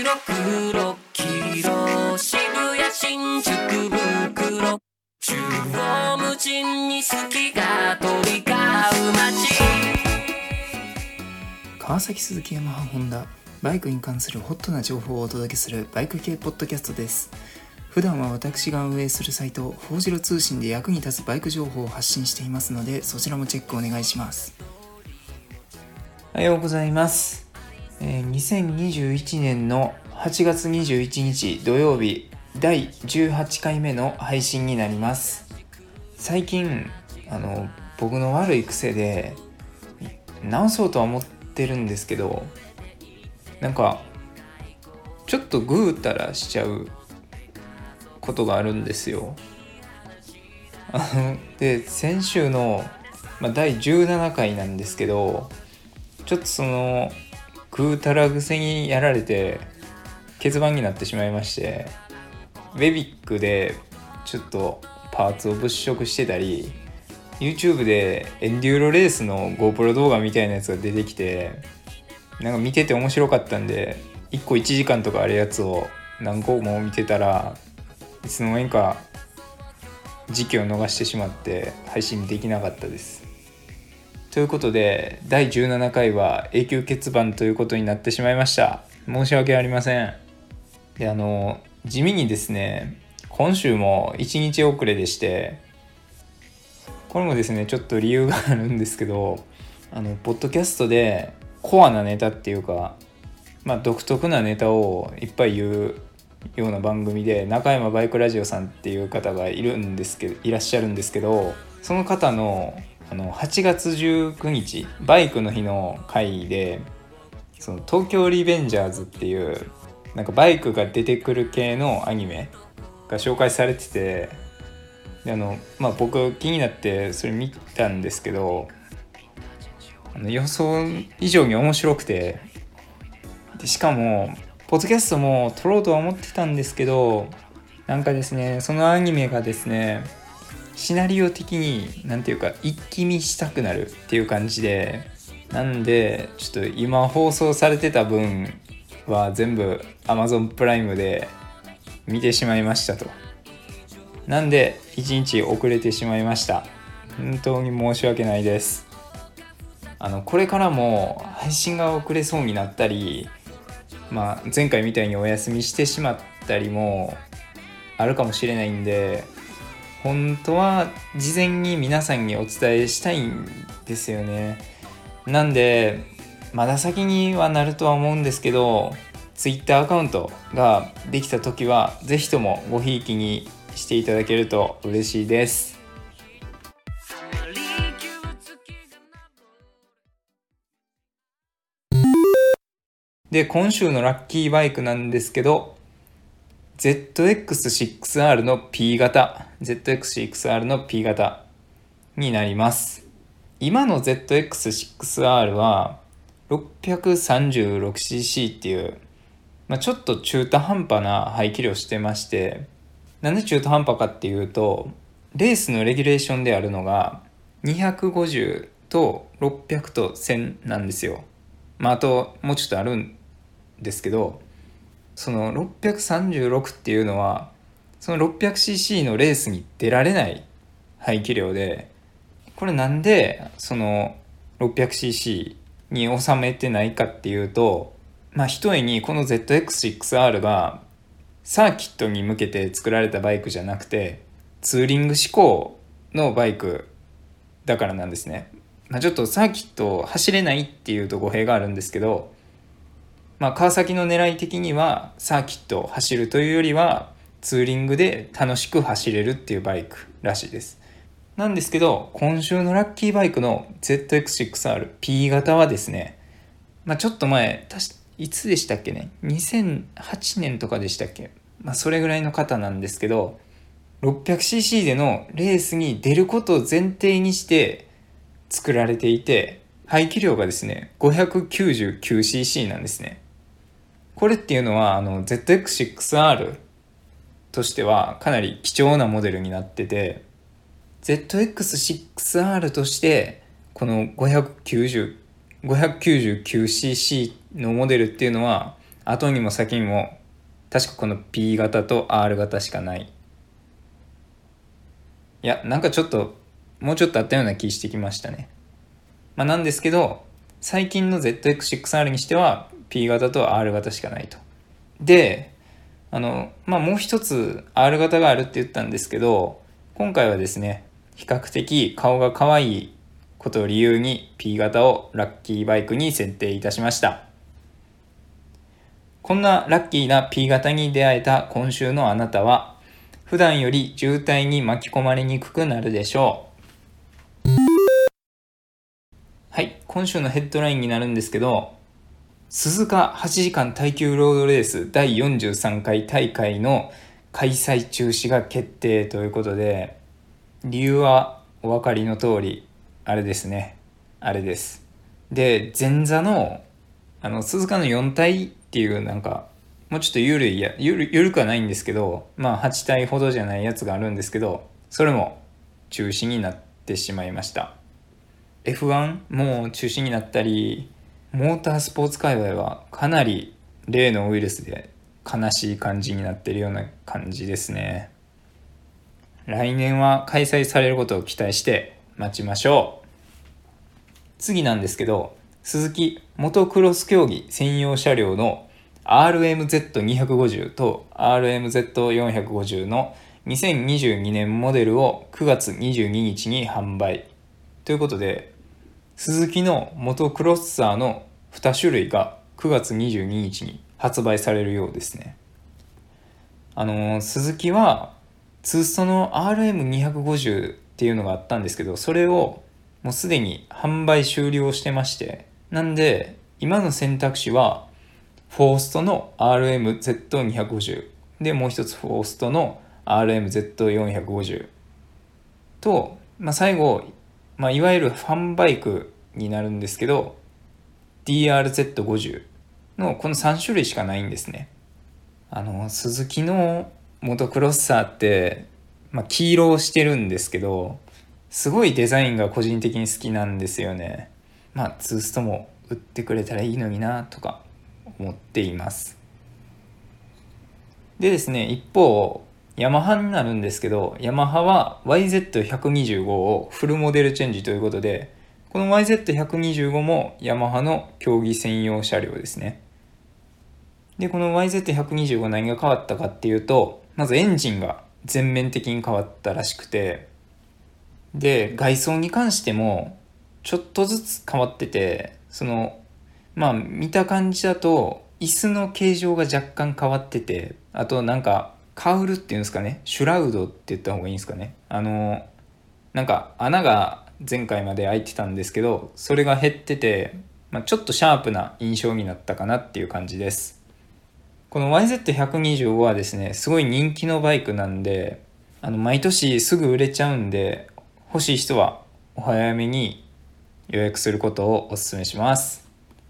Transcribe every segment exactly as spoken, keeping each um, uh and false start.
黒黄色渋谷新宿袋中央無尽に好きが飛び交う街。 川崎鈴木ヤマハホンダバイクに関するホットな情報をお届けするバイク系ポッドキャストです。普段は私が運営するサイトフォージロ通信で役に立つバイク情報を発信していますので、そちらもチェックお願いします。おはようございます。えー、にせんにじゅういちねんのはちがつにじゅういちにち土曜日だいじゅうはちかいめの配信になります。最近あの僕の悪い癖で直そうとは思ってるんですけど、なんかちょっとぐうたらしちゃうことがあるんですよ。あので先週の、まあ、だいじゅうななかいなんですけど、ちょっとそのぐうたら癖にやられて欠番になってしまいまして、ウェビックでちょっとパーツを物色してたり、 YouTube でエンデューロレースの GoPro 動画みたいなやつが出てきて、なんか見てて面白かったんでいっこいちじかんとかあるやつを何個も見てたら、いつの間にか時期を逃してしまって配信できなかったです。ということでだいじゅうななかいは永久欠番ということになってしまいました。申し訳ありません。であの地味にですね、今週もいちにち遅れでして、これもですねちょっと理由があるんですけど、あのポッドキャストでコアなネタっていうか、まあ、独特なネタをいっぱい言うような番組で、中山バイクラジオさんっていう方がいるんですけどいらっしゃるんですけど、その方のあのはちがつじゅうくにちバイクの日の回で、その東京リベンジャーズっていうなんかバイクが出てくる系のアニメが紹介されてて、であの、まあ、僕気になってそれ見たんですけど、あの予想以上に面白くて、でしかもポッドキャストも撮ろうとは思ってたんですけど、なんかですねそのアニメがですねシナリオ的になんていうか一気見したくなるっていう感じで、なんでちょっと今放送されてた分は全部 Amazon プライムで見てしまいましたと。なんでいちにち遅れてしまいました。本当に申し訳ないです。あのこれからも配信が遅れそうになったり、まあ、前回みたいにお休みしてしまったりもあるかもしれないんで、本当は事前に皆さんにお伝えしたいんですよね。なんでまだ先にはなるとは思うんですけど、 Twitter アカウントができた時はぜひともごひいきにしていただけると嬉しいです。で今週のラッキーバイクなんですけど、 ゼットエックスシックスアール の P 型 ゼットエックスシックスアール の P 型になります。今の ゼットエックスシックスアール は ろっぴゃくさんじゅうろくシーシー っていう、まあ、ちょっと中途半端な排気量してまして、なんで中途半端かっていうと、レースのレギュレーションであるのがにひゃくごじゅうとろっぴゃくとせんなんですよ。まあ、あともうちょっとあるんですけど、そのろっぴゃくさんじゅうろくっていうのはその ろっぴゃくシーシー のレースに出られない排気量で、これなんでその ろっぴゃくシーシー に収めてないかっていうと、まあひとえにこの ゼットエックスシックスアール がサーキットに向けて作られたバイクじゃなくてツーリング志向のバイクだからなんですね。まあ、ちょっとサーキットを走れないっていうと語弊があるんですけど、まあ、川崎の狙い的にはサーキットを走るというよりはツーリングで楽しく走れるっていうバイクらしいです。なんですけど今週のラッキーバイクの ゼットエックスシックスアール P 型はですね、まあ、ちょっと前たしいつでしたっけね、にせんはちねんとかでしたっけ、まあ、それぐらいの方なんですけど、 ろっぴゃくシーシー でのレースに出ることを前提にして作られていて、排気量がですね ごひゃくきゅうじゅうきゅうシーシー なんですね。これっていうのはあの ゼットエックスシックスアール としてはかなり貴重なモデルになってて、 ゼットエックスシックスアール としてこのごひゃくきゅうじゅう、ごひゃくきゅうじゅうきゅうシーシー のモデルっていうのは後にも先にも確かこの P 型と R 型しかない。いやなんかちょっともうちょっとあったような気してきましたね。まあなんですけど最近の ゼットエックスシックスアール にしては P 型と R 型しかないと。であのまあもう一つ R 型があるって言ったんですけど、今回はですね比較的顔が可愛いことを理由に P 型をラッキーバイクに設定いたしました。こんなラッキーな P 型に出会えた今週のあなたは普段より渋滞に巻き込まれにくくなるでしょう。はい、今週のヘッドラインになるんですけど、鈴鹿はちじかん耐久ロードレースだいよんじゅうさんかい大会の開催中止が決定ということで、理由はお分かりの通りあれですねあれです。で前座のあの鈴鹿のよん体っていうなんかもうちょっと緩いやゆる緩くはないんですけど、まあはち体ほどじゃないやつがあるんですけど、それも中止になってしまいました。 エフワン も中止になったり、モータースポーツ界隈はかなり例のウイルスで悲しい感じになっているような感じですね。来年は開催されることを期待して待ちましょう。次なんですけど、鈴木モトクロス競技専用車両の アールエムゼットにひゃくごじゅう と アールエムゼットよんひゃくごじゅう のにせんにじゅうにねんモデルをくがつにじゅうににちに販売ということで、鈴木のモトクロッサーのに種類がくがつにじゅうににちに発売されるようですね。あのー、鈴木はツーストの アールエムにひゃくごじゅう っていうのがあったんですけど、それをもうすでに販売終了してまして、なんで今の選択肢はフォーストの アールエムゼットにひゃくごじゅう で、もう一つフォーストの アールエムゼットよんひゃくごじゅう と、まあ、最後、まあ、いわゆるファンバイクになるんですけど ディーアールゼットごじゅう のこのさん種類しかないんですね。あの鈴木のモトクロッサーって、まあ、黄色をしてるんですけど、すごいデザインが個人的に好きなんですよね。まあツーストも売ってくれたらいいのになとか思っています。でですね、一方ヤマハになるんですけど、ヤマハは ワイゼットひゃくにじゅうご をフルモデルチェンジということで、この ワイゼットひゃくにじゅうご もヤマハの競技専用車両ですね。でこの ワイゼットひゃくにじゅうご 何が変わったかっていうと、まずエンジンが全面的に変わったらしくて、で外装に関してもちょっとずつ変わってて、そのまあ見た感じだと椅子の形状が若干変わってて、あとなんかカウルっていうんですかね、シュラウドって言った方がいいんですかね、あのなんか穴が前回まで開いてたんですけど、それが減ってて、まあ、ちょっとシャープな印象になったかなっていう感じです。この ワイゼットひゃくにじゅうご はですね、すごい人気のバイクなんで、あの毎年すぐ売れちゃうんで、欲しい人はお早めに予約することをお勧めします。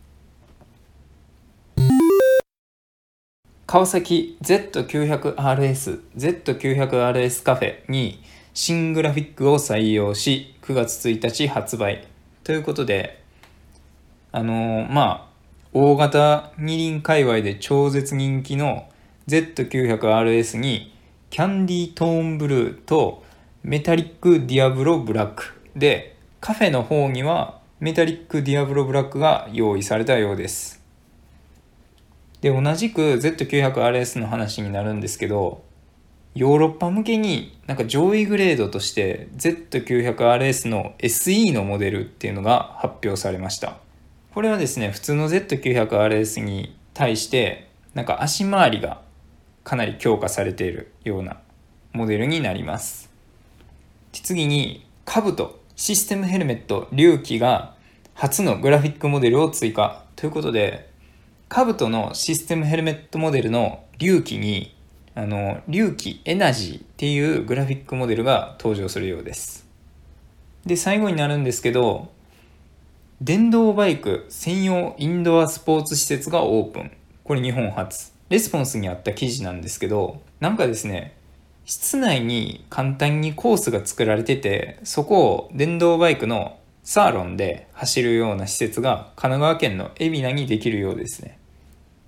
川崎 ゼットきゅうひゃくアールエス、ゼットきゅうひゃくアールエス カフェに新グラフィックを採用し、くがつついたち発売ということで、あのー、まあ大型二輪界隈で超絶人気の ゼットきゅうひゃくアールエス にキャンディートーンブルーとメタリックディアブロブラックで、カフェの方にはメタリックディアブロブラックが用意されたようです。で同じく ゼットきゅうひゃくアールエス の話になるんですけど、ヨーロッパ向けになんか上位グレードとして ゼットきゅうひゃくアールエス の エスイー のモデルっていうのが発表されました。これはですね、普通の ゼットきゅうひゃくアールエス に対してなんか足回りがかなり強化されているようなモデルになります。次に兜、システムヘルメット、龍騎が初のグラフィックモデルを追加ということで、兜のシステムヘルメットモデルの龍騎にあの龍騎エナジーっていうグラフィックモデルが登場するようです。で最後になるんですけど、電動バイク専用インドアスポーツ施設がオープン。これ日本初。レスポンスにあった記事なんですけど、なんかですね、室内に簡単にコースが作られてて、そこを電動バイクのサーロンで走るような施設が神奈川県の海老名にできるようですね。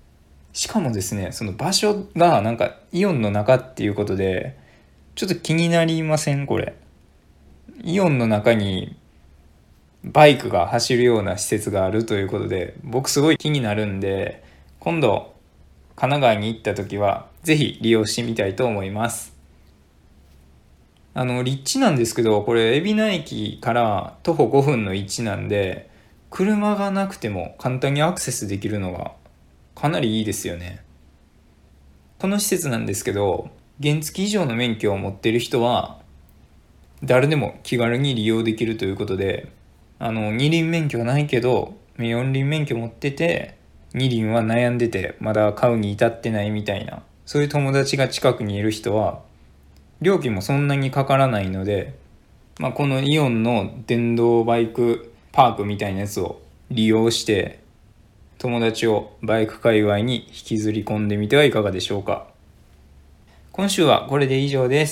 しかもですね、その場所がなんかイオンの中っていうことでちょっと気になりません？これイオンの中にバイクが走るような施設があるということで、僕すごい気になるんで、今度神奈川に行った時はぜひ利用してみたいと思います。あの立地なんですけど、これ海老名駅から徒歩ごふんの位置なんで、車がなくても簡単にアクセスできるのがかなりいいですよね。この施設なんですけど、原付以上の免許を持っている人は誰でも気軽に利用できるということで、あの二輪免許がないけど四輪免許持ってて二輪は悩んでてまだ買うに至ってないみたいな、そういう友達が近くにいる人は料金もそんなにかからないので、まあ、このイオンの電動バイクパークみたいなやつを利用して友達をバイク界隈に引きずり込んでみてはいかがでしょうか。今週はこれで以上です。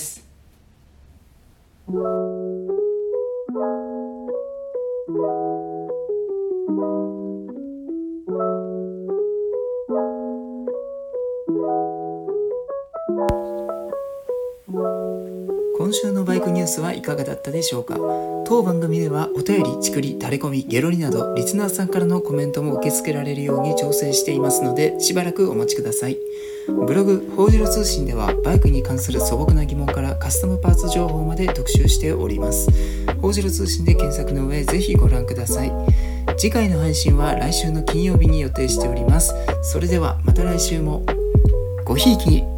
今週のバイクニュースはいかがだったでしょうか。当番組ではお便り、チクリ、タレコミ、ゲロリなどリスナーさんからのコメントも受け付けられるように調整していますので、しばらくお待ちください。ブログ、ほうじろ通信ではバイクに関する素朴な疑問からカスタムパーツ情報まで特集しております。ほうじろ通信で検索の上、ぜひご覧ください。次回の配信は来週の金曜日に予定しております。それではまた来週もごひいきに。